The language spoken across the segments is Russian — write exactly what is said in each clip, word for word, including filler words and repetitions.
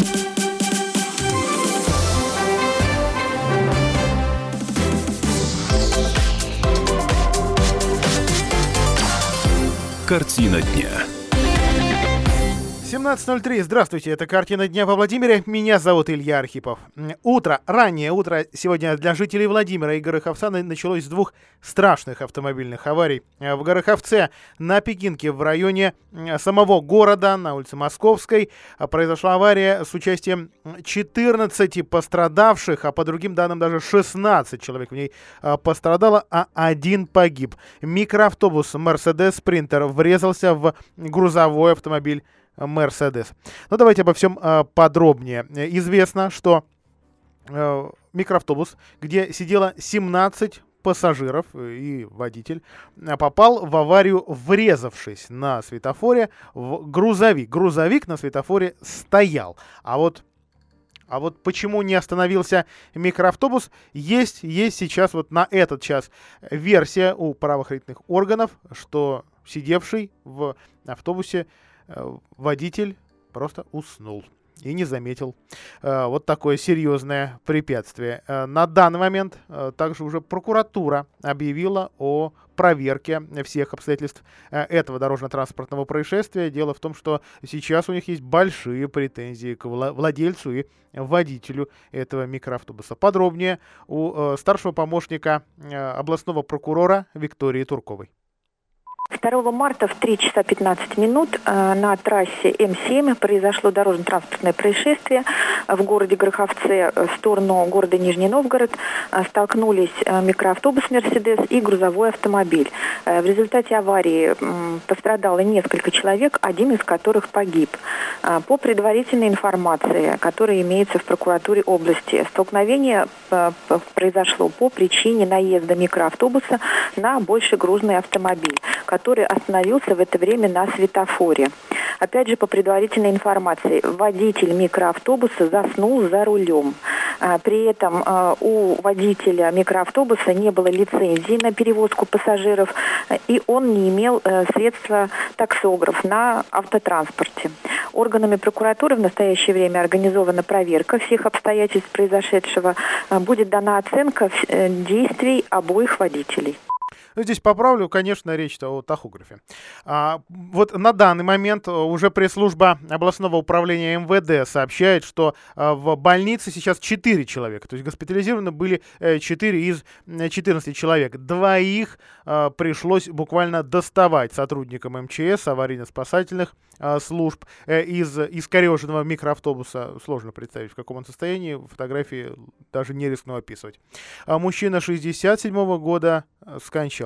Картина дня. семнадцать ноль три. Здравствуйте, это «Картина дня» во Владимире. Меня зовут Илья Архипов. Утро, раннее утро сегодня для жителей Владимира и Гороховца началось с двух страшных автомобильных аварий. В Гороховце на Пекинке в районе самого города, на улице Московской, произошла авария с участием четырнадцати пострадавших, а по другим данным даже шестнадцать человек в ней пострадало, а один погиб. Микроавтобус Mercedes Sprinter врезался в грузовой автомобиль Мерседес. Ну, давайте обо всем э, подробнее. Известно, что э, микроавтобус, где сидело семнадцать пассажиров и водитель, попал в аварию, врезавшись на светофоре в грузовик. Грузовик на светофоре стоял. А вот А вот почему не остановился микроавтобус, есть, есть сейчас вот на этот час версия у правоохранительных органов, что сидевший в автобусе водитель просто уснул и не заметил э, вот такое серьезное препятствие. Э, на данный момент э, также уже прокуратура объявила о проверке всех обстоятельств э, этого дорожно-транспортного происшествия. Дело в том, что сейчас у них есть большие претензии к вла- владельцу и водителю этого микроавтобуса. Подробнее у э, старшего помощника э, областного прокурора Виктории Турковой. второго марта в три часа пятнадцать минут э, на трассе М семь произошло дорожно-транспортное происшествие в городе Гороховце в сторону города Нижний Новгород. Э, столкнулись э, микроавтобус «Мерседес» и грузовой автомобиль. Э, в результате аварии э, пострадало несколько человек, один из которых погиб. Э, по предварительной информации, которая имеется в прокуратуре области, столкновение э, произошло по причине наезда микроавтобуса на большегрузный автомобиль, который остановился в это время на светофоре. Опять же, по предварительной информации, водитель микроавтобуса заснул за рулем. При этом у водителя микроавтобуса не было лицензии на перевозку пассажиров, и он не имел средства таксограф на автотранспорте. Органами прокуратуры в настоящее время организована проверка всех обстоятельств произошедшего. Будет дана оценка действий обоих водителей. Ну, здесь поправлю, конечно, речь-то о тахографе. А, вот на данный момент уже пресс-служба областного управления эм вэ дэ сообщает, что а, в больнице сейчас четыре человека. То есть госпитализированы были э, четыре из четырнадцати человек. Двоих а, пришлось буквально доставать сотрудникам эм че эс, аварийно-спасательных а, служб, э, из искореженного микроавтобуса. Сложно представить, в каком он состоянии. Фотографии даже не рискну описывать. А, мужчина шестьдесят седьмого года скончался.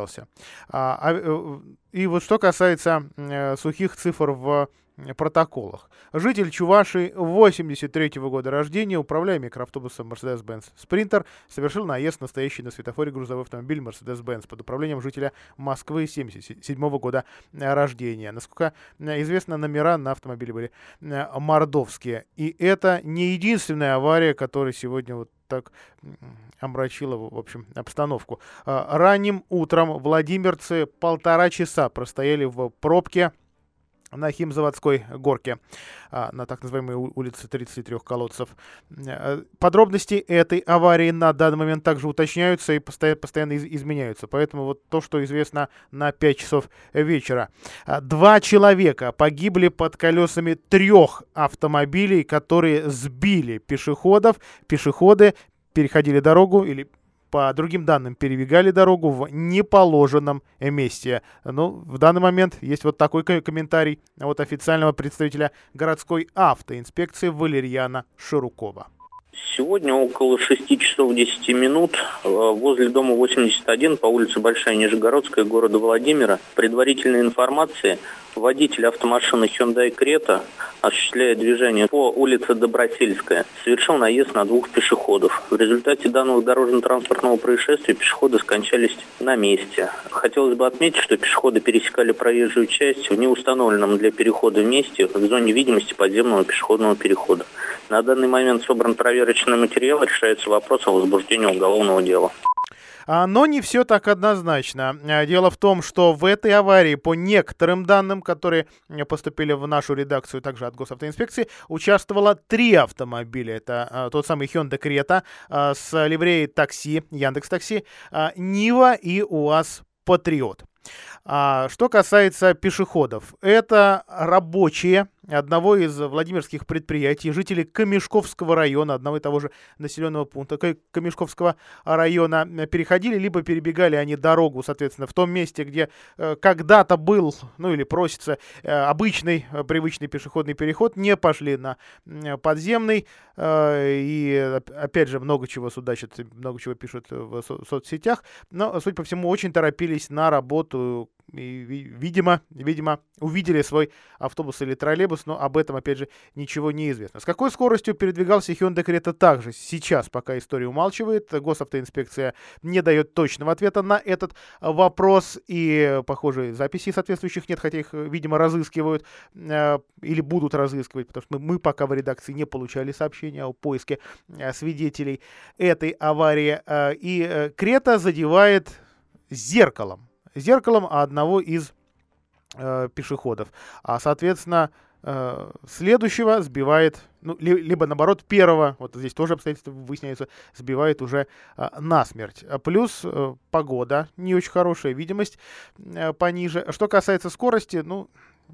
А, а, и вот что касается э, сухих цифр в э, протоколах. Житель Чувашии восемьдесят третьего года рождения, управляя микроавтобусом Mercedes-Benz Sprinter, совершил наезд на стоящий на светофоре грузовой автомобиль Mercedes-Benz под управлением жителя Москвы семьдесят седьмого года рождения. Насколько известно, номера на автомобиле были э, мордовские. И это не единственная авария, которая сегодня вот так омрачила, в общем, обстановку. Ранним утром владимирцы полтора часа простояли в пробке на Химзаводской горке, на так называемой улице тридцати трёх колодцев. Подробности этой аварии на данный момент также уточняются и постоянно изменяются. Поэтому вот то, что известно на пять часов вечера. Два человека погибли под колесами трех автомобилей, которые сбили пешеходов. Пешеходы переходили дорогу или, по другим данным, перебегали дорогу в неположенном месте. Ну, в данный момент есть вот такой комментарий от официального представителя городской автоинспекции Валерьяна Ширукова. Сегодня около шести часов десяти минут возле дома восемьдесят один по улице Большая Нижегородская города Владимира предварительной информации водитель автомашины Hyundai Creta, осуществляя движение по улице Добросельская, совершил наезд на двух пешеходов. В результате данного дорожно-транспортного происшествия пешеходы скончались на месте. Хотелось бы отметить, что пешеходы пересекали проезжую часть в неустановленном для перехода месте в зоне видимости подземного пешеходного перехода. На данный момент собран проверочный материал, решается вопрос о возбуждении уголовного дела. А, Но не все так однозначно. А, Дело в том, что в этой аварии, по некоторым данным, которые э, поступили в нашу редакцию также от госавтоинспекции, участвовало три автомобиля. Это а, тот самый Hyundai Creta а, с ливреей такси, Яндекс.Такси, а, Нива и УАЗ Патриот. А, что касается пешеходов, это рабочие одного из владимирских предприятий, жители Камешковского района, одного и того же населенного пункта Ка- Камешковского района, э, переходили, либо перебегали они дорогу, соответственно, в том месте, где э, когда-то был, ну или просится, э, обычный, э, привычный пешеходный переход, не пошли на э, подземный, э, и оп- опять же много чего судачат, много чего пишут в со- соцсетях, но, судя по всему, очень торопились на работу, и, ви- видимо, видимо, увидели свой автобус или троллейбус, но об этом, опять же, ничего не известно. С какой скоростью передвигался Hyundai Creta также сейчас, пока история умалчивает. Госавтоинспекция не дает точного ответа на этот вопрос, и, похоже, записей соответствующих нет, хотя их, видимо, разыскивают э, или будут разыскивать, потому что мы, мы пока в редакции не получали сообщения о поиске э, свидетелей этой аварии. Э, и э, Крета задевает зеркалом. Зеркалом одного из э, пешеходов. А, соответственно, э, следующего сбивает, ну, ли- либо наоборот, первого, вот здесь тоже обстоятельства выясняются, сбивает уже э, насмерть. А плюс э, погода не очень хорошая, видимость э, пониже. Что касается скорости, ну,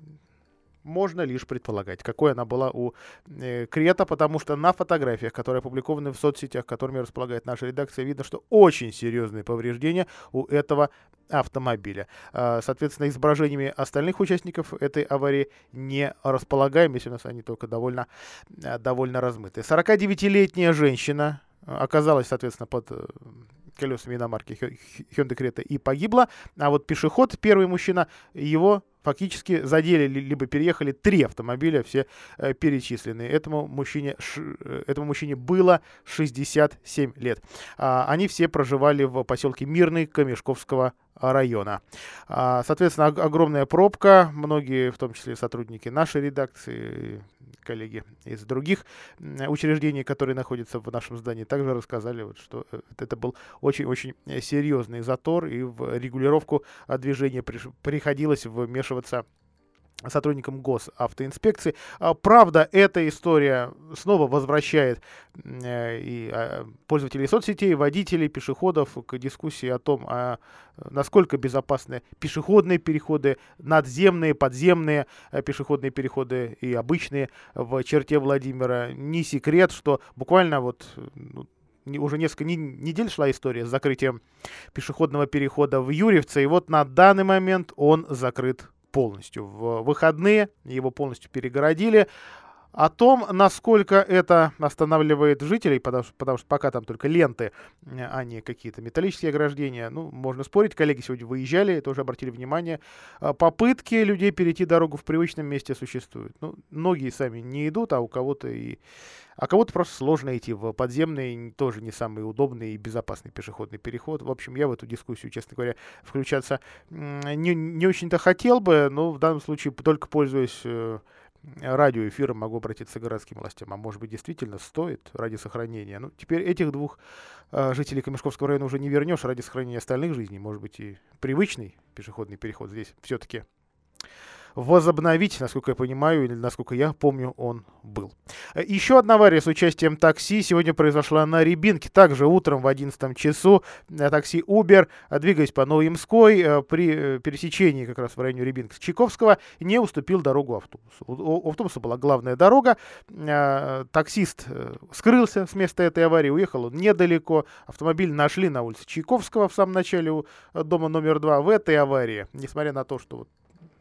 можно лишь предполагать, какой она была у э, Крета, потому что на фотографиях, которые опубликованы в соцсетях, которыми располагает наша редакция, видно, что очень серьезные повреждения у этого автомобиля. А, соответственно, изображениями остальных участников этой аварии не располагаем, если у нас они только довольно, э, довольно размытые. сорокадевятилетняя женщина э, оказалась, соответственно, под э, колесами иномарки Хё- Hyundai Creta и погибла, а вот пешеход, первый мужчина, его фактически задели, ли- либо переехали три автомобиля, все э, перечисленные. Этому мужчине, ш- э, этому мужчине было шестьдесят семь лет. А, они все проживали в поселке Мирный Камешковского района. А, соответственно, ог- огромная пробка. Многие, в том числе сотрудники нашей редакции, коллеги из других м, учреждений, которые находятся в нашем здании, также рассказали, вот, что э, это был очень-очень э, серьезный затор, и в регулировку а, движения приш- приходилось вмешиваться сотрудникам госавтоинспекции. А, Правда, эта история снова возвращает м, э, и а, пользователей соцсетей, водителей, пешеходов к дискуссии о том, а, насколько безопасны пешеходные переходы, надземные, подземные э, пешеходные переходы и обычные в черте Владимира. Не секрет, что буквально вот ну, не- уже несколько не- недель шла история с закрытием пешеходного перехода в Юрьевце, и вот на данный момент он закрыт полностью. В выходные его полностью перегородили. О том, насколько это останавливает жителей, потому что, потому что пока там только ленты, э, а не какие-то металлические ограждения, ну, можно спорить. Коллеги сегодня выезжали, тоже обратили внимание. А, Попытки людей перейти дорогу в привычном месте существуют. Ну, многие сами не идут, а у кого-то и... А кого-то просто сложно идти в подземный, тоже не самый удобный и безопасный пешеходный переход. В общем, я в эту дискуссию, честно говоря, включаться м, не, не очень-то хотел бы, но в данном случае, только пользуясь э, радиоэфиром, могу обратиться к городским властям. А может быть, действительно стоит ради сохранения. Ну, теперь этих двух э, жителей Камешковского района уже не вернешь ради сохранения остальных жизней. Может быть, и привычный пешеходный переход здесь все-таки возобновить, насколько я понимаю, или насколько я помню, он был. Э, Еще одна авария с участием такси сегодня произошла на Рябинке. Также утром в одиннадцатом часу э, такси Uber, э, двигаясь по Новоимской, э, при э, пересечении как раз в районе Рябинки Чайковского, не уступил дорогу автобусу. У, у автобуса была главная дорога. Э, Таксист э, скрылся с места этой аварии, уехал он недалеко. Автомобиль нашли на улице Чайковского в самом начале у э, дома номер два. В этой аварии, несмотря на то, что вот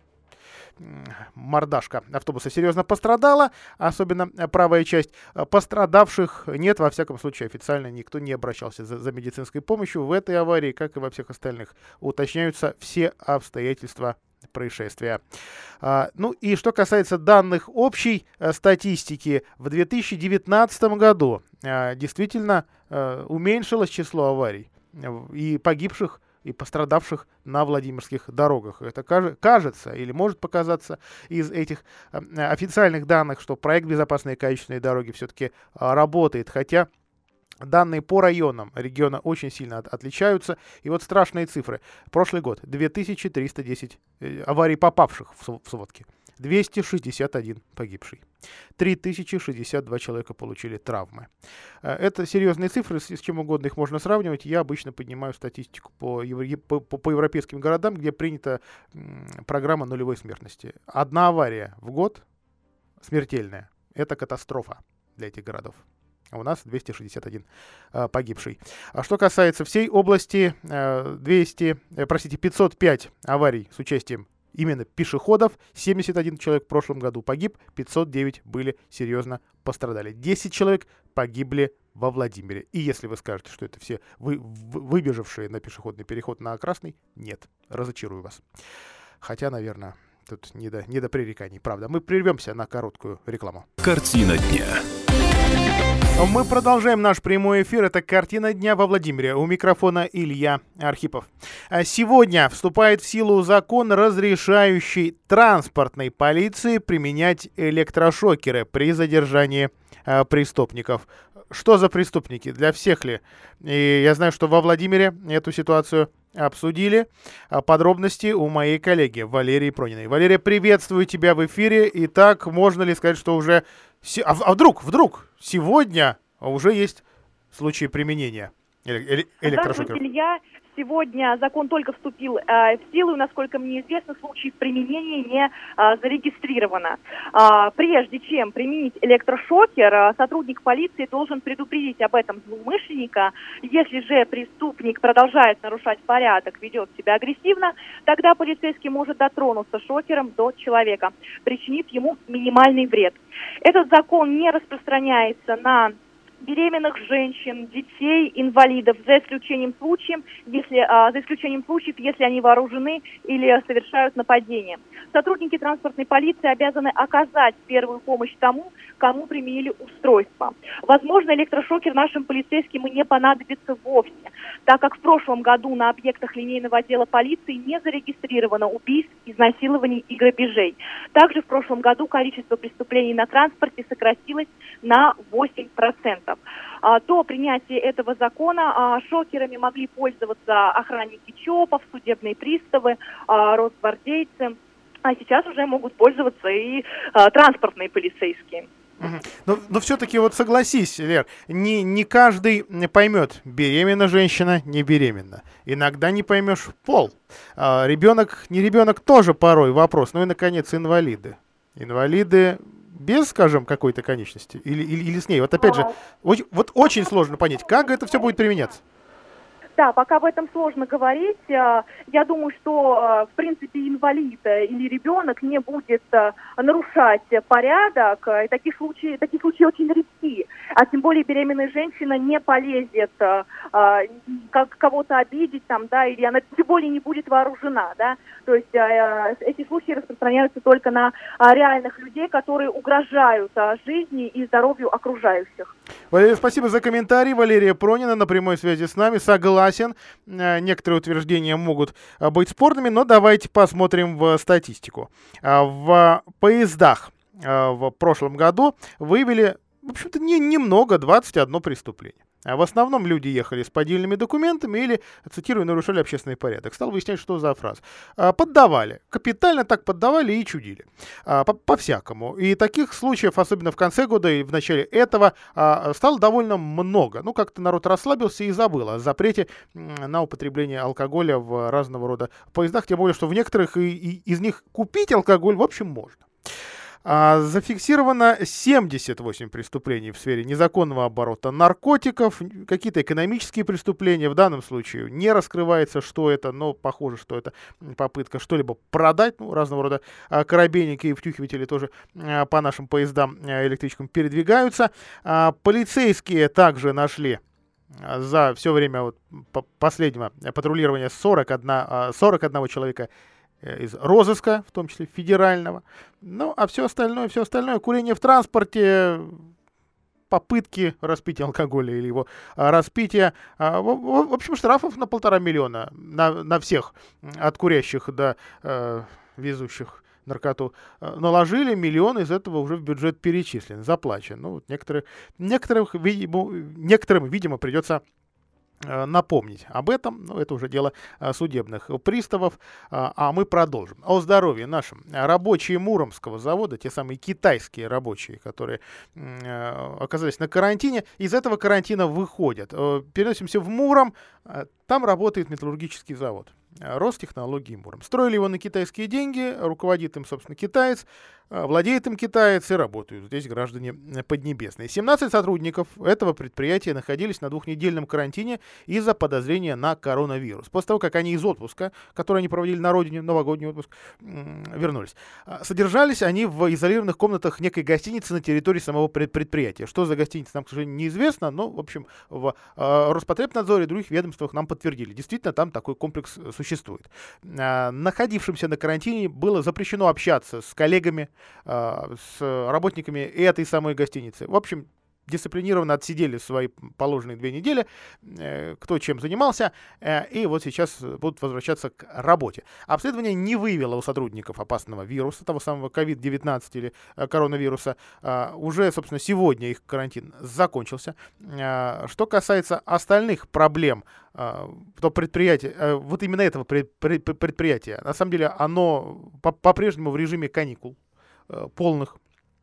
мордашка автобуса серьезно пострадала, особенно э, правая часть. Э, Пострадавших нет, во всяком случае, официально никто не обращался за, за медицинской помощью. В этой аварии, как и во всех остальных, уточняются все обстоятельства происшествия. А, ну и что касается данных общей э, статистики, в две тысячи девятнадцатом году э, действительно э, уменьшилось число аварий э, и погибших и пострадавших на владимирских дорогах. Это каж- кажется или может показаться из этих э, официальных данных, что проект «Безопасные и качественные дороги» все-таки э, работает, хотя Данные по районам региона очень сильно от- отличаются. И вот страшные цифры. Прошлый год две тысячи триста десять э, аварий, попавших в, св- в сводки. двести шестьдесят один погибший. три тысячи шестьдесят два человека получили травмы. Э, Это серьезные цифры, с, с чем угодно их можно сравнивать. Я обычно поднимаю статистику по, евро- по, по- по европейским городам, где принята м, программа нулевой смертности. Одна авария в год смертельная. Это катастрофа для этих городов. А у нас двести шестьдесят один э, погибший. А что касается всей области, э, двести, э, простите, пятьсот пять аварий с участием именно пешеходов, семьдесят один человек в прошлом году погиб, пятьсот девять были серьезно пострадали. десять человек погибли во Владимире. И если вы скажете, что это все вы, вы- выбежавшие на пешеходный переход на Красный, нет, разочарую вас. Хотя, наверное, тут не до, не до пререканий, правда. Мы прервемся на короткую рекламу. Картина дня. Мы продолжаем наш прямой эфир. Это «Картина дня» во Владимире. У микрофона Илья Архипов. А Сегодня вступает в силу закон, разрешающий транспортной полиции применять электрошокеры при задержании а, преступников. Что за преступники? Для всех ли? И я знаю, что во Владимире эту ситуацию обсудили. А Подробности у моей коллеги Валерии Прониной. Валерия, приветствую тебя в эфире. Итак, можно ли сказать, что уже... се- А, в- а вдруг, вдруг сегодня уже есть случаи применения эле- эле- электрошокеров? Здравствуйте, Илья. Сегодня закон только вступил э, в силу, и, насколько мне известно, случаев применения не э, зарегистрировано. А, прежде чем применить электрошокер, э, сотрудник полиции должен предупредить об этом злоумышленника. Если же преступник продолжает нарушать порядок, ведет себя агрессивно, тогда полицейский может дотронуться шокером до человека, причинив ему минимальный вред. Этот закон не распространяется на беременных женщин, детей, инвалидов, за исключением случаев, если, а, за исключением случаев, если они вооружены или совершают нападение. Сотрудники транспортной полиции обязаны оказать первую помощь тому, кому применили устройство. Возможно, электрошокер нашим полицейским и не понадобится вовсе, так как в прошлом году на объектах линейного отдела полиции не зарегистрировано убийств, изнасилований и грабежей. Также в прошлом году количество преступлений на транспорте сократилось на восемь процентов. А, До принятия этого закона а, шокерами могли пользоваться охранники ЧОПов, судебные приставы, а, росгвардейцы, а сейчас уже могут пользоваться и а, транспортные полицейские. Мгм. Но, но все-таки вот согласись, Лер, не, не каждый поймет, беременна женщина, не беременна. Иногда не поймешь пол. А, ребенок, не ребенок, тоже порой вопрос. Ну и, наконец, инвалиды. Инвалиды без, скажем, какой-то конечности или, или, или с ней. Вот опять же, очень- вот очень сложно понять, как это все будет применяться. Да, пока об этом сложно говорить. А, Я думаю, что, а, в принципе, инвалид а, или ребенок не будет а, нарушать порядок. А, И таких случаев, такие случаи очень редки. А тем более беременная женщина не полезет а, а, как кого-то обидеть, там, да, или она тем более не будет вооружена, да. То есть а, эти случаи распространяются только на а, реальных людей, которые угрожают а, жизни и здоровью окружающих. Валерия, спасибо за комментарий. Валерия Пронина на прямой связи с нами. Согласен, э, некоторые утверждения могут э, быть спорными, но давайте посмотрим в статистику. А, В поездах э, в прошлом году выявили, в общем-то, не, немного, двадцать одно преступление. А в основном люди ехали с поддельными документами или, цитирую, нарушали общественный порядок. Стал выяснять, что за фраза. А, Поддавали. Капитально так поддавали и чудили. А, по- По-всякому. И таких случаев, особенно в конце года и в начале этого, а, стало довольно много. Ну, как-то народ расслабился и забыл о запрете м, на употребление алкоголя в разного рода поездах. Тем более, что в некоторых и- и из них купить алкоголь, в общем, можно. А, Зафиксировано семьдесят восемь преступлений в сфере незаконного оборота наркотиков, какие-то экономические преступления. В данном случае не раскрывается, что это, но похоже, что это попытка что-либо продать. Ну, разного рода а, корабейники и втюхиватели тоже а, по нашим поездам а, электричкам передвигаются. А, Полицейские также нашли а, за все время вот, по- последнего патрулирования сорок один, а, сорок один человека э, из розыска, в том числе федерального. Ну, а все остальное, все остальное, курение в транспорте, попытки распития алкоголя или его а, распития. А, в, в- в общем, штрафов на полтора миллиона на, на всех, м, от курящих до э, везущих наркоту э, наложили, миллион из этого уже в бюджет перечислен, заплачен. Ну, вот некоторые, некоторых, видимо, некоторым, видимо, придется напомнить об этом, но это уже дело судебных приставов, а мы продолжим. О здоровье нашем. Рабочие Муромского завода, те самые китайские рабочие, которые оказались на карантине, из этого карантина выходят. Переносимся в Муром, там работает металлургический завод Ростехнологии Муром. Строили его на китайские деньги, руководит им, собственно, китаец, владеет им китаец и работают здесь граждане поднебесные. семнадцать сотрудников этого предприятия находились на двухнедельном карантине из-за подозрения на коронавирус. После того, как они из отпуска, который они проводили на родине, новогодний отпуск, вернулись. Содержались они в изолированных комнатах некой гостиницы на территории самого предприятия. Что за гостиница, нам, к сожалению, неизвестно, но, в общем, в Роспотребнадзоре и других ведомствах нам подтвердили. Действительно, там такой комплекс существует. Находившимся на карантине было запрещено общаться с коллегами, с работниками этой самой гостиницы. В общем, дисциплинированно отсидели свои положенные две недели, кто чем занимался, и вот сейчас будут возвращаться к работе. Обследование не выявило у сотрудников опасного вируса, того самого ковид девятнадцать или коронавируса. Уже, собственно, сегодня их карантин закончился. Что касается остальных проблем, то предприятие, вот именно этого предприятия, на самом деле, оно по-прежнему в режиме каникул полных,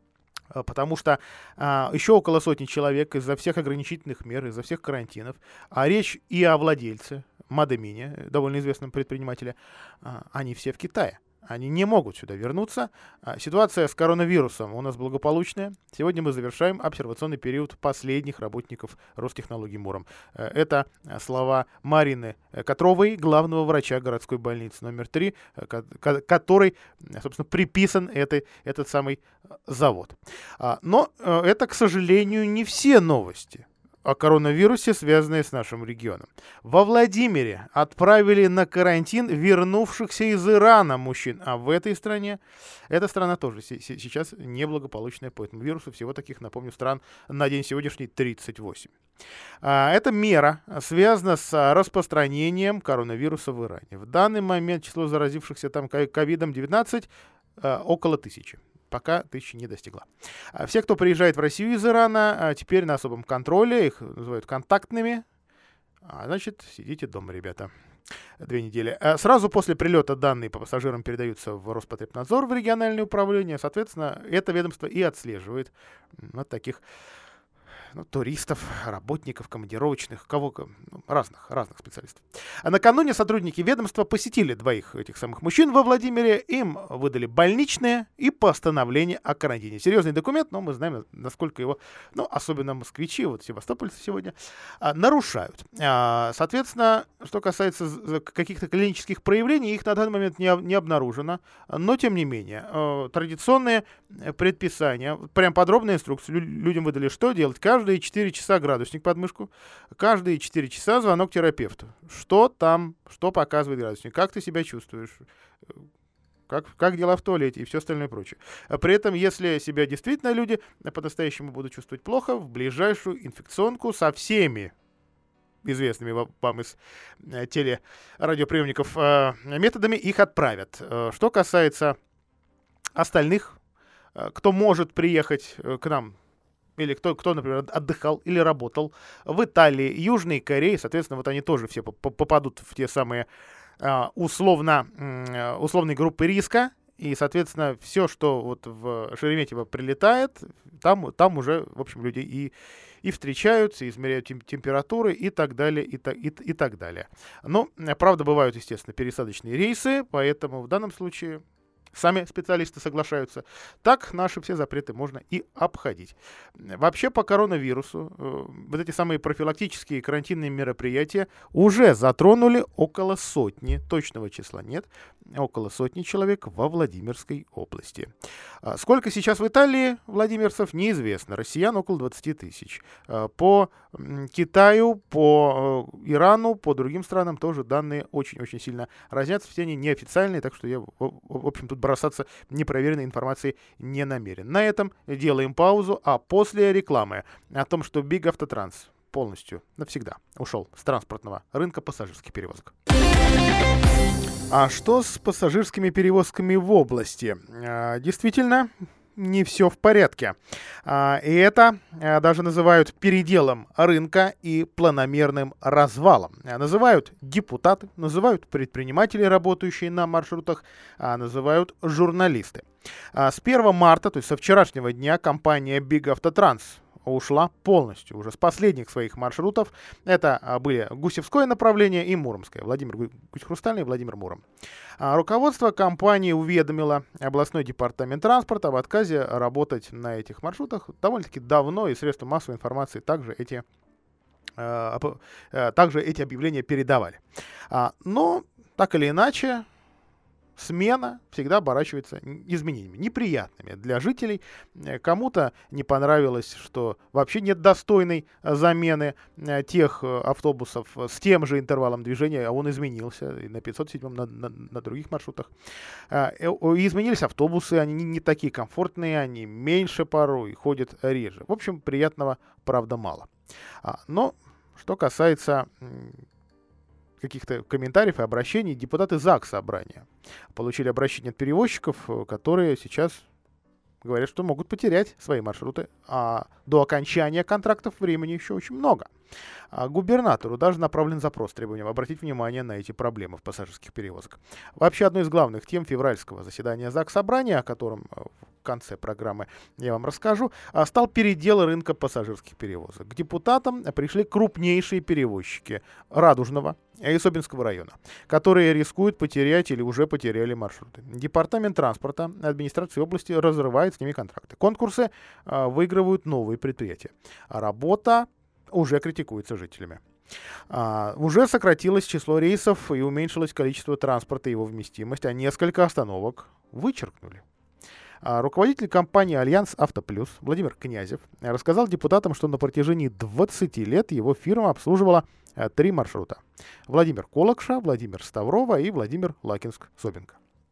потому что а, еще около сотни человек из-за всех ограничительных мер, из-за всех карантинов, а речь и о владельце Мадемине, довольно известном предпринимателе, а, они все в Китае. Они не могут сюда вернуться. А, ситуация с коронавирусом у нас благополучная. Сегодня мы завершаем обсервационный период последних работников Ростехнологий Муром. Это слова Марины Котровой, главного врача городской больницы номер три, который, собственно, приписан этой, этот самый завод. Но это, к сожалению, не все новости о коронавирусе, связанные с нашим регионом. Во Владимире отправили на карантин вернувшихся из Ирана мужчин, а в этой стране, эта страна тоже с- с- сейчас неблагополучная по этому вирусу. Всего таких, напомню, стран на день сегодняшний тридцать восемь. А, эта мера связана с распространением коронавируса в Иране. В данный момент число заразившихся там ковид девятнадцать а, около тысячи. Пока тысячи не достигла. Все, кто приезжает в Россию из Ирана, теперь на особом контроле, их называют контактными. А, значит, сидите дома, ребята. Две недели. Сразу после прилета данные по пассажирам передаются в Роспотребнадзор, в региональное управление. Соответственно, это ведомство и отслеживает вот таких ну, туристов, работников, командировочных, кого, ну, разных, разных специалистов. А накануне сотрудники ведомства посетили двоих этих самых мужчин во Владимире. Им выдали больничные и постановление о карантине. Серьезный документ, но мы знаем, насколько его, ну, особенно москвичи, вот севастопольцы сегодня, а, нарушают. А, соответственно, что касается каких-то клинических проявлений, их на данный момент не, не обнаружено. Но, тем не менее, а, традиционные предписания, прям подробные инструкции людям выдали, что делать. Каждые четыре часа градусник под мышку, каждые четыре часа звонок терапевту. Что там, что показывает градусник, как ты себя чувствуешь, как, как дела в туалете и все остальное прочее. При этом, если себя действительно люди по-настоящему будут чувствовать плохо, в ближайшую инфекционку со всеми известными вам из телерадиоприемников методами их отправят. Что касается остальных, кто может приехать к нам, или кто, кто, например, отдыхал или работал в Италии, Южной Корее, соответственно, вот они тоже все попадут в те самые а, условно, условные группы риска, и, соответственно, все, что вот в Шереметьево прилетает, там, там уже, в общем, люди и, и встречаются, и измеряют тем, температуры и так далее, и, та, и, и так далее. Но, правда, бывают, естественно, пересадочные рейсы, поэтому в данном случае сами специалисты соглашаются. Так наши все запреты можно и обходить. Вообще по коронавирусу э, вот эти самые профилактические карантинные мероприятия уже затронули около сотни, точного числа нет, около сотни человек во Владимирской области. А сколько сейчас в Италии владимирцев, неизвестно. Россиян около двадцать тысяч. А по Китаю, по э, Ирану, по другим странам тоже данные очень-очень сильно разнятся. Все они неофициальные, так что я, в, в общем, тут бросаться непроверенной информацией не намерен. На этом делаем паузу, а после рекламы о том, что Big Автотранс полностью навсегда ушел с транспортного рынка пассажирских перевозок. А что с пассажирскими перевозками в области? А, действительно, не все в порядке. А, и это а, даже называют переделом рынка и планомерным развалом. А, называют депутаты, называют предприниматели, работающие на маршрутах, а, называют журналисты. А, с первого марта, то есть со вчерашнего дня, компания Big Автотранс ушла полностью уже с последних своих маршрутов. Это а, были Гусевское направление и Муромское. Владимир Гусь-Хрустальный и Владимир Муром. А, руководство компании уведомило областной департамент транспорта об отказе работать на этих маршрутах довольно-таки давно, и средства массовой информации также эти, а, а, также эти объявления передавали. А, но, так или иначе, смена всегда оборачивается изменениями, неприятными для жителей. Кому-то не понравилось, что вообще нет достойной замены тех автобусов с тем же интервалом движения, а он изменился и на пятьсот седьмом, на, на, на других маршрутах. Изменились автобусы, они не, не такие комфортные, они меньше порой, ходят реже. В общем, приятного, правда, мало. Но что касается каких-то комментариев и обращений, депутаты ЗАГС Собрания получили обращение от перевозчиков, которые сейчас говорят, что могут потерять свои маршруты, а до окончания контрактов времени еще очень много. А губернатору даже направлен запрос с требованием обратить внимание на эти проблемы в пассажирских перевозках. Вообще, одной из главных тем февральского заседания ЗАГС Собрания, о котором в конце программы я вам расскажу, стал передел рынка пассажирских перевозок. К депутатам пришли крупнейшие перевозчики Радужного и Собинского района, которые рискуют потерять или уже потеряли маршруты. Департамент транспорта администрации области разрывает с ними контракты. Конкурсы а, выигрывают новые предприятия. А работа уже критикуется жителями. А, уже сократилось число рейсов и уменьшилось количество транспорта и его вместимость, а несколько остановок вычеркнули. А, руководитель компании «Альянс Автоплюс» Владимир Князев рассказал депутатам, что на протяжении двадцати лет его фирма обслуживала а, три маршрута. Владимир Колокша, Владимир Ставрова и Владимир Лакинск-Собинка.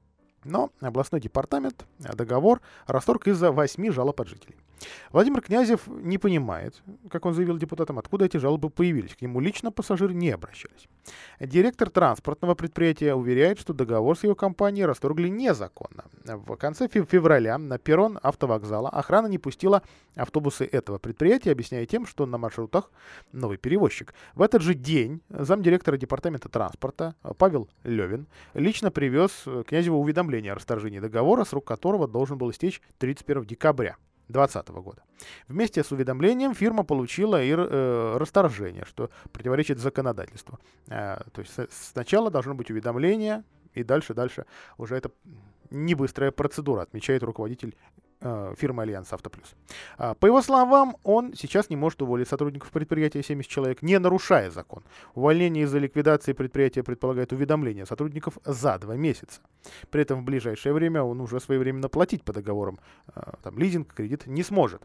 Но областной департамент договор расторг из-за восьми жалоб от жителей. Владимир Князев не понимает, как он заявил депутатам, откуда эти жалобы появились. К нему лично пассажиры не обращались. Директор транспортного предприятия уверяет, что договор с его компанией расторгли незаконно. В конце февраля на перрон автовокзала охрана не пустила автобусы этого предприятия, объясняя тем, что на маршрутах новый перевозчик. В этот же день замдиректора департамента транспорта Павел Левин лично привез Князеву уведомление о расторжении договора, срок которого должен был истечь тридцать первого декабря две тысячи двадцатого года. Вместе с уведомлением фирма получила и э, расторжение, что противоречит законодательству. Э, то есть сначала должно быть уведомление, и дальше-дальше уже это не быстрая процедура, отмечает руководитель э, фирмы «Альянс Автоплюс». А, по его словам, он сейчас не может уволить сотрудников предприятия семьдесят человек, не нарушая закон. Увольнение из-за ликвидации предприятия предполагает уведомление сотрудников за два месяца. При этом в ближайшее время он уже своевременно платить по договорам э, там, лизинг, кредит не сможет.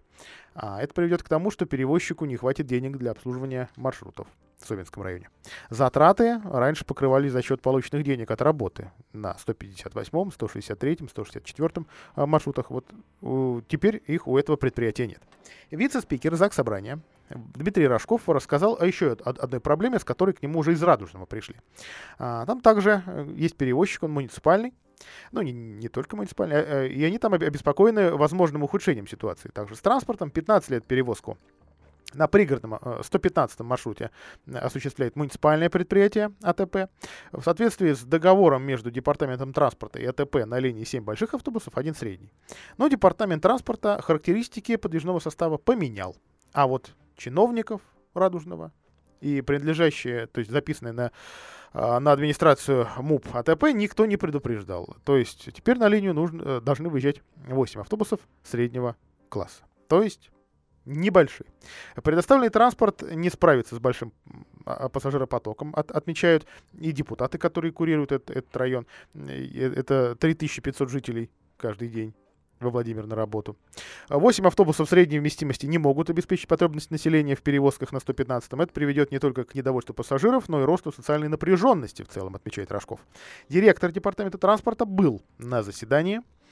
А это приведет к тому, что перевозчику не хватит денег для обслуживания маршрутов в Собинском районе. Затраты раньше покрывались за счет полученных денег от работы на сто пятьдесят восьмом, сто шестьдесят третьем, сто шестьдесят четвёртом маршрутах. Вот у, теперь их у этого предприятия нет. Вице-спикер ЗАГС Собрания Дмитрий Рожков рассказал о еще одной проблеме, с которой к нему уже из Радужного пришли. А, там также есть перевозчик, он муниципальный. Ну, не, не только муниципальный. И они там обеспокоены возможным ухудшением ситуации. Также с транспортом пятнадцать лет перевозку на пригородном сто пятнадцатом маршруте осуществляет муниципальное предприятие АТП. В соответствии с договором между департаментом транспорта и АТП на линии семь больших автобусов, один средний. Но департамент транспорта характеристики подвижного состава поменял. А вот чиновников Радужного и принадлежащие, то есть записанные на, на администрацию МУП АТП, никто не предупреждал. То есть теперь на линию нужно, должны выезжать восемь автобусов среднего класса. То есть небольшие. Предоставленный транспорт не справится с большим пассажиропотоком, от, отмечают и депутаты, которые курируют этот, этот район. Это три тысячи пятьсот жителей каждый день во Владимир на работу. восемь автобусов средней вместимости не могут обеспечить потребность населения в перевозках на сто пятнадцатом. Это приведет не только к недовольству пассажиров, но и росту социальной напряженности в целом, отмечает Рожков. Директор департамента транспорта был на заседании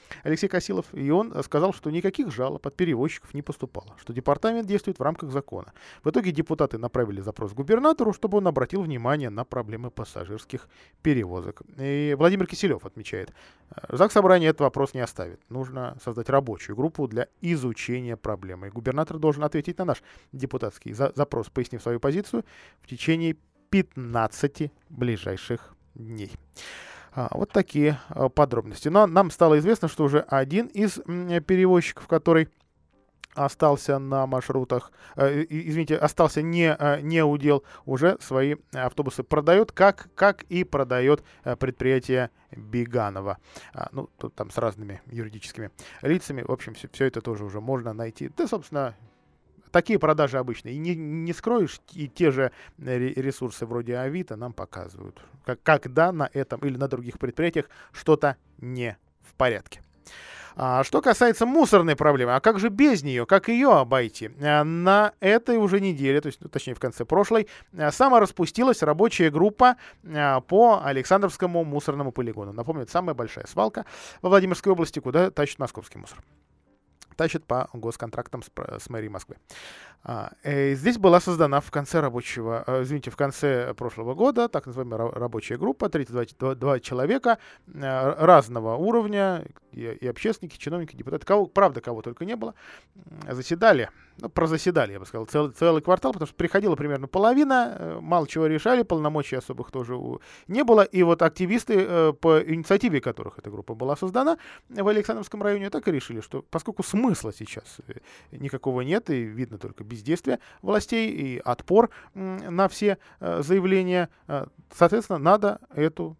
Алексей Косилов, и он сказал, что никаких жалоб от перевозчиков не поступало, что департамент действует в рамках закона. В итоге депутаты направили запрос губернатору, чтобы он обратил внимание на проблемы пассажирских перевозок. И Владимир Киселев отмечает, Заксобрание этот вопрос не оставит. Нужно создать рабочую группу для изучения проблемы. И губернатор должен ответить на наш депутатский за- запрос, пояснив свою позицию в течение пятнадцати ближайших дней. А, вот такие а, подробности. Но нам стало известно, что уже один из м, перевозчиков, который остался на маршрутах, э, извините, остался не, э, не удел, уже свои автобусы продает, как, как и продает э, предприятие Биганова. А, ну, тут там с разными юридическими лицами. В общем, все, все это тоже уже можно найти. Да, собственно, такие продажи обычные. И не, не скроешь, и те же ресурсы вроде Авито нам показывают, как, когда на этом или на других предприятиях что-то не в порядке. А что касается мусорной проблемы, а как же без нее, как ее обойти? А, на этой уже неделе, то есть, ну, точнее в конце прошлой, а, самораспустилась рабочая группа а, по Александровскому мусорному полигону. Напомню, это самая большая свалка во Владимирской области, куда тащит московский мусор. Тащит по госконтрактам с, с мэрией Москвы. А, э, здесь была создана в конце рабочего, э, извините, в конце прошлого года так называемая рабочая группа, тридцать два человека э, разного уровня, и, и общественники, чиновники, депутаты, кого, правда, кого только не было, заседали, ну, прозаседали, я бы сказал, целый, целый квартал, потому что приходила примерно половина, э, мало чего решали, полномочий особых тоже у, не было, и вот активисты, э, по инициативе которых эта группа была создана в Александровском районе, так и решили, что поскольку смысла сейчас никакого нет, и видно только бездействие властей и отпор м, на все э, заявления, э, соответственно, надо эту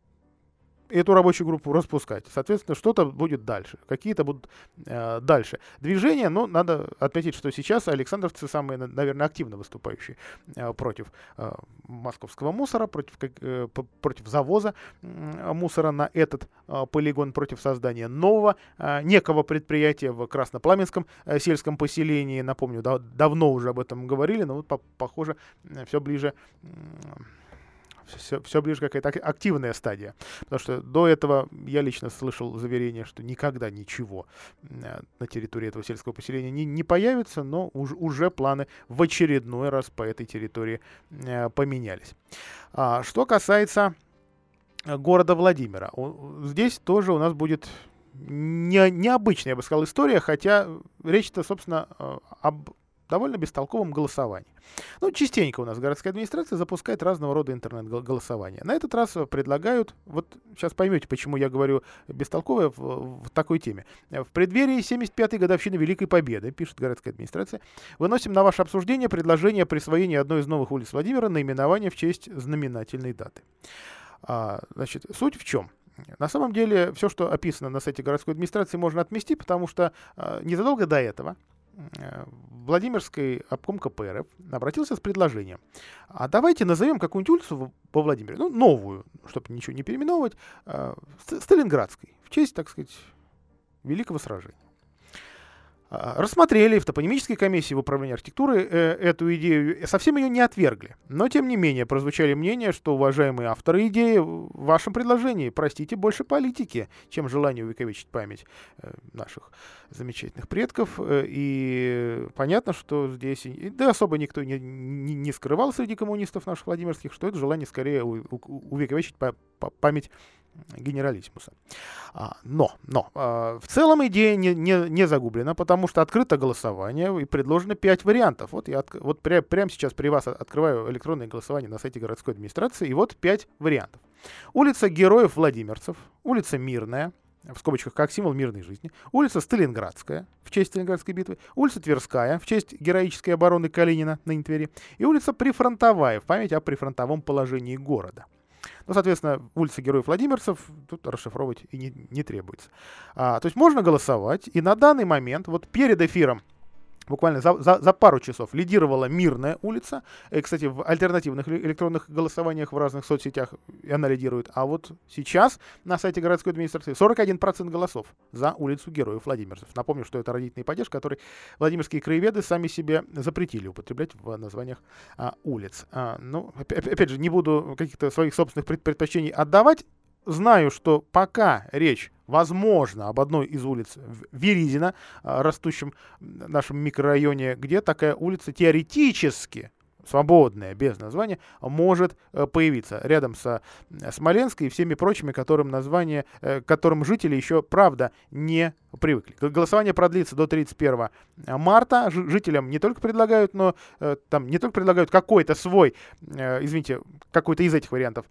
эту рабочую группу распускать. Соответственно, что-то будет дальше. Какие-то будут э, дальше движения. Но надо отметить, что сейчас александровцы самые, наверное, активно выступающие э, против э, московского мусора, против, э, против завоза э, мусора на этот э, полигон, против создания нового э, некого предприятия в Краснопламенском э, сельском поселении. Напомню, да, давно уже об этом говорили, но вот, по- похоже, э, все ближе... Э, Все, все ближе какая-то активная стадия. Потому что до этого я лично слышал заверение, что никогда ничего на территории этого сельского поселения не, не появится, но уж, уже планы в очередной раз по этой территории э, поменялись. А, что касается города Владимира, здесь тоже у нас будет не, необычная, я бы сказал, история, хотя речь-то, собственно, об довольно бестолковом голосовании. Ну, частенько у нас городская администрация запускает разного рода интернет-голосования. На этот раз предлагают, вот сейчас поймете, почему я говорю бестолковое в, в такой теме. В преддверии семьдесят пятой годовщины Великой Победы, пишет городская администрация, выносим на ваше обсуждение предложение о присвоении одной из новых улиц Владимира наименования в честь знаменательной даты. А, значит, суть в чем? На самом деле, все, что описано на сайте городской администрации, можно отмести, потому что а, незадолго до этого Владимирский обком ка пэ эр эф обратился с предложением: а давайте назовем какую-нибудь улицу во Владимире, ну, новую, чтобы ничего не переименовывать, э, Сталинградской, в честь, так сказать, Великого сражения. Рассмотрели в топонимической комиссии в управлении архитектуры э, эту идею, совсем ее не отвергли. Но, тем не менее, прозвучали мнения, что, уважаемые авторы идеи, в вашем предложении, простите, больше политики, чем желание увековечить память э, наших замечательных предков. Э, и понятно, что здесь, и, да, особо никто не, не, не скрывал среди коммунистов наших владимирских, что это желание скорее у, у, увековечить па- па- память генералиссимуса. А, но, но а, в целом идея не, не, не загублена, потому что открыто голосование и предложено пять вариантов. Вот я от, вот пря, прямо сейчас при вас открываю электронное голосование на сайте городской администрации, и вот пять вариантов. Улица Героев Владимирцев, улица Мирная, в скобочках как символ мирной жизни, улица Сталинградская, в честь Сталинградской битвы, улица Тверская, в честь героической обороны Калинина на Твери, и улица Прифронтовая, в память о прифронтовом положении города. Ну, соответственно, улица Героев Владимирцев тут расшифровывать и не, не требуется. А, то есть можно голосовать, и на данный момент, вот перед эфиром, буквально за, за, за пару часов лидировала Мирная улица. И, кстати, в альтернативных электронных голосованиях в разных соцсетях она лидирует. А вот сейчас на сайте городской администрации сорок один процент голосов за улицу Героев Владимирцев. Напомню, что это родительный падеж, который владимирские краеведы сами себе запретили употреблять в названиях а, улиц. А, ну, опять, опять же, не буду каких-то своих собственных предпочтений отдавать. Знаю, что пока речь возможно, об одной из улиц Веризина, растущем в нашем микрорайоне, где такая улица теоретически свободная, без названия, может появиться рядом со Смоленской и всеми прочими, которым название, к которым жители еще, правда, не привыкли. Голосование продлится до тридцать первого марта. Жителям не только предлагают, но там не только предлагают какой-то свой, извините, какой-то из этих вариантов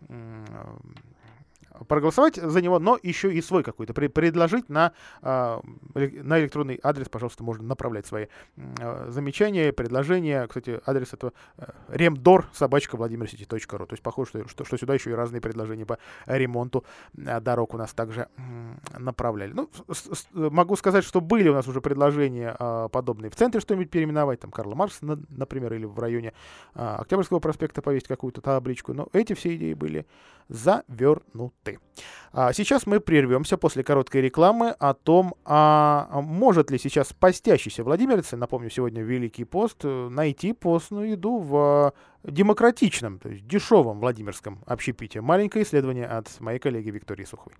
проголосовать за него, но еще и свой какой-то предложить на, на электронный адрес. Пожалуйста, можно направлять свои замечания, предложения. Кстати, адрес этого ремдор собачка владимирсити точка ру. То есть похоже, что, что, что сюда еще и разные предложения по ремонту дорог у нас также направляли. Ну, с, с, могу сказать, что были у нас уже предложения подобные в центре что-нибудь переименовать, там Карла Маркса, например, или в районе Октябрьского проспекта повесить какую-то табличку. Но эти все идеи были завернуты. А сейчас мы прервемся после короткой рекламы о том, а может ли сейчас постящийся владимирец, напомню, сегодня Великий пост, найти постную еду в демократичном, то есть дешевом владимирском общепите. Маленькое исследование от моей коллеги Виктории Суховой.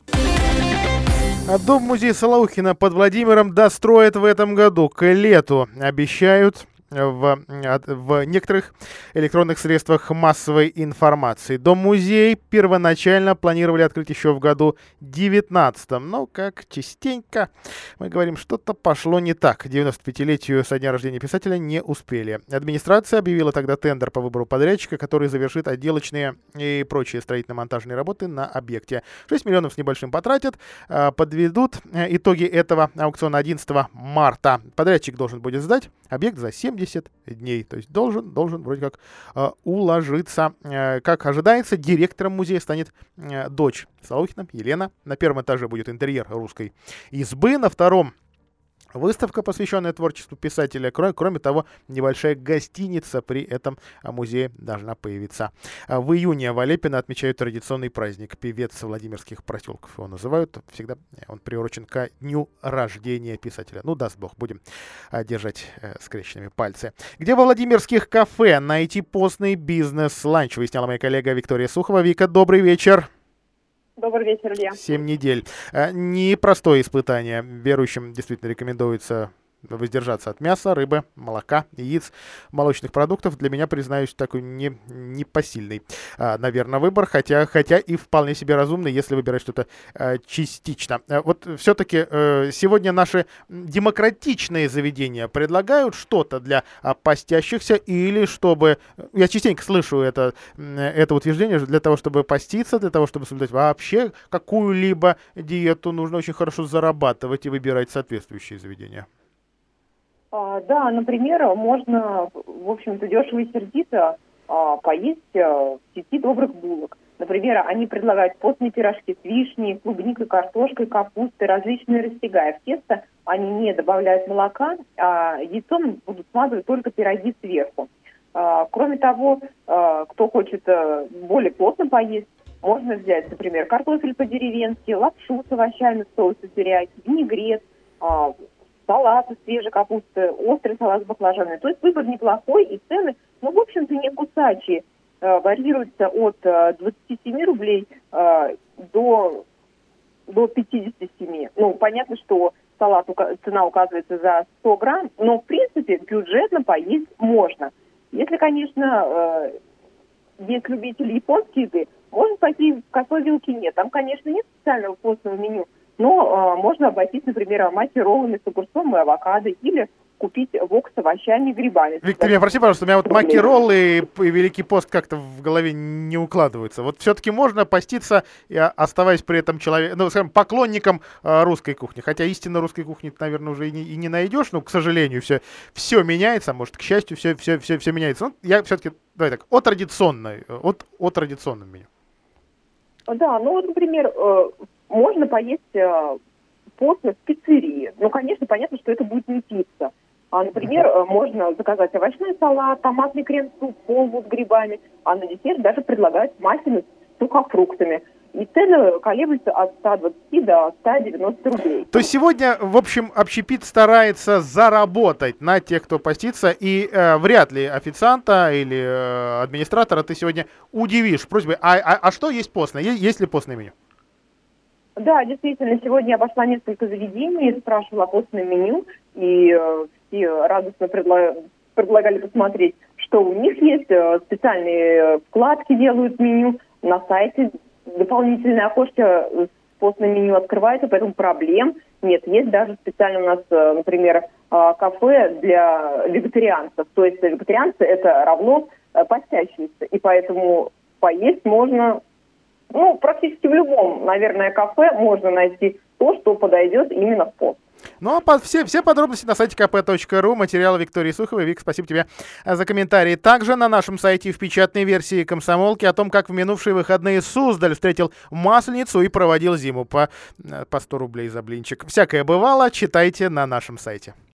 Дом-музей Солоухина под Владимиром достроят в этом году. К лету обещают В, в некоторых электронных средствах массовой информации. Дом-музей первоначально планировали открыть еще в году девятнадцатом, но, как частенько мы говорим, что-то пошло не так. К девяносто пятилетию со дня рождения писателя не успели. Администрация объявила тогда тендер по выбору подрядчика, который завершит отделочные и прочие строительно-монтажные работы на объекте. шесть миллионов с небольшим потратят, подведут итоги этого аукциона одиннадцатого марта. Подрядчик должен будет сдать объект за семьдесят дней. То есть должен, должен вроде как э, уложиться. Э, как ожидается, директором музея станет э, дочь Солоухина, Елена. На первом этаже будет интерьер русской избы, на втором выставка, посвященная творчеству писателя. Кроме, кроме того, небольшая гостиница при этом музее должна появиться. В июне в Алепино отмечают традиционный праздник. Певец Владимирских проселков его называют. Всегда он приурочен ко дню рождения писателя. Ну, даст бог, будем держать э, скрещенными пальцы. Где во владимирских кафе найти постный бизнес-ланч, выясняла моя коллега Виктория Сухова. Вика, добрый вечер. Добрый вечер, Илья. Семь недель. Непростое испытание. Верующим действительно рекомендуется воздержаться от мяса, рыбы, молока, яиц, молочных продуктов. Для меня, признаюсь, такой не, непосильный, а, наверное, выбор, хотя, хотя и вполне себе разумный, если выбирать что-то а, частично. А, вот все-таки а, сегодня наши демократичные заведения предлагают что-то для а, постящихся или чтобы... Я частенько слышу это, это утверждение, для того, чтобы поститься, для того, чтобы соблюдать вообще какую-либо диету, нужно очень хорошо зарабатывать и выбирать соответствующие заведения. Да, например, можно, в общем-то, дешево и сердито а, поесть а, в сети добрых булок. Например, они предлагают постные пирожки с вишней, клубникой, картошкой, капустой, различные растягая. В тесто они не добавляют молока, а яйцом будут смазывать только пироги сверху. А, кроме того, а, кто хочет а, более плотно поесть, можно взять, например, картофель по-деревенски, лапшу с овощами, соусы терияки, винегрет, а, салат из свежей капусты, острый салат с баклажанами. То есть выбор неплохой, и цены, ну, в общем-то, не кусачие. Э, варьируются от э, двадцати семи рублей э, до, до пятидесяти семи. Ну, понятно, что салат, цена указывается за сто грамм, но, в принципе, бюджетно поесть можно. Если, конечно, э, есть любители японской еды, можно пойти в косой вилки нет. Там, конечно, нет специального постного меню, но э, можно обойтись, например, маки-роллами с огурцом и авокадо или купить вок с овощами и грибами. Виктор, меня прости, пожалуйста, у меня вот маки-роллы и, и Великий пост как-то в голове не укладываются. Вот все-таки можно поститься, оставаясь при этом человеком, ну, скажем, поклонником э, русской кухни. Хотя истинно русской кухни, наверное, уже и не, и не найдешь, но, к сожалению, все, все меняется, может, к счастью, все, все, все, все меняется. Ну, я все-таки, давай так, о традиционной, от, о традиционном меню. Да, ну вот, например, э, можно поесть э, постно в пиццерии. Ну, конечно, понятно, что это будет не пицца. А, например, э, можно заказать овощной салат, томатный крем-суп, полбу с грибами, а на десерт даже предлагают маффины с сухофруктами. И цены колеблются от ста двадцати до ста девяноста рублей. То есть сегодня, в общем, общепит старается заработать на тех, кто постится, и э, вряд ли официанта или э, администратора ты сегодня удивишь просьбой. А, а, а что есть постное? Есть, есть ли постное меню? Да, действительно, сегодня я обошла несколько заведений, спрашивала о постном меню, и э, все радостно предла- предлагали посмотреть, что у них есть. Э, специальные вкладки делают в меню на сайте, дополнительные окошко с постным меню открывается, поэтому проблем нет. Есть даже специально у нас, э, например, э, кафе для вегетарианцев. То есть вегетарианцы это равно э, постящиеся, и поэтому поесть можно... Ну, практически в любом, наверное, кафе можно найти то, что подойдет именно в пост. Ну, а по- все, все подробности на сайте ка пэ точка ру. Материалы Виктории Суховой. Вик, спасибо тебе э, за комментарии. Также на нашем сайте в печатной версии «Комсомолки» о том, как в минувшие выходные Суздаль встретил Масленицу и проводил зиму по, э, по сто рублей за блинчик. Всякое бывало. Читайте на нашем сайте.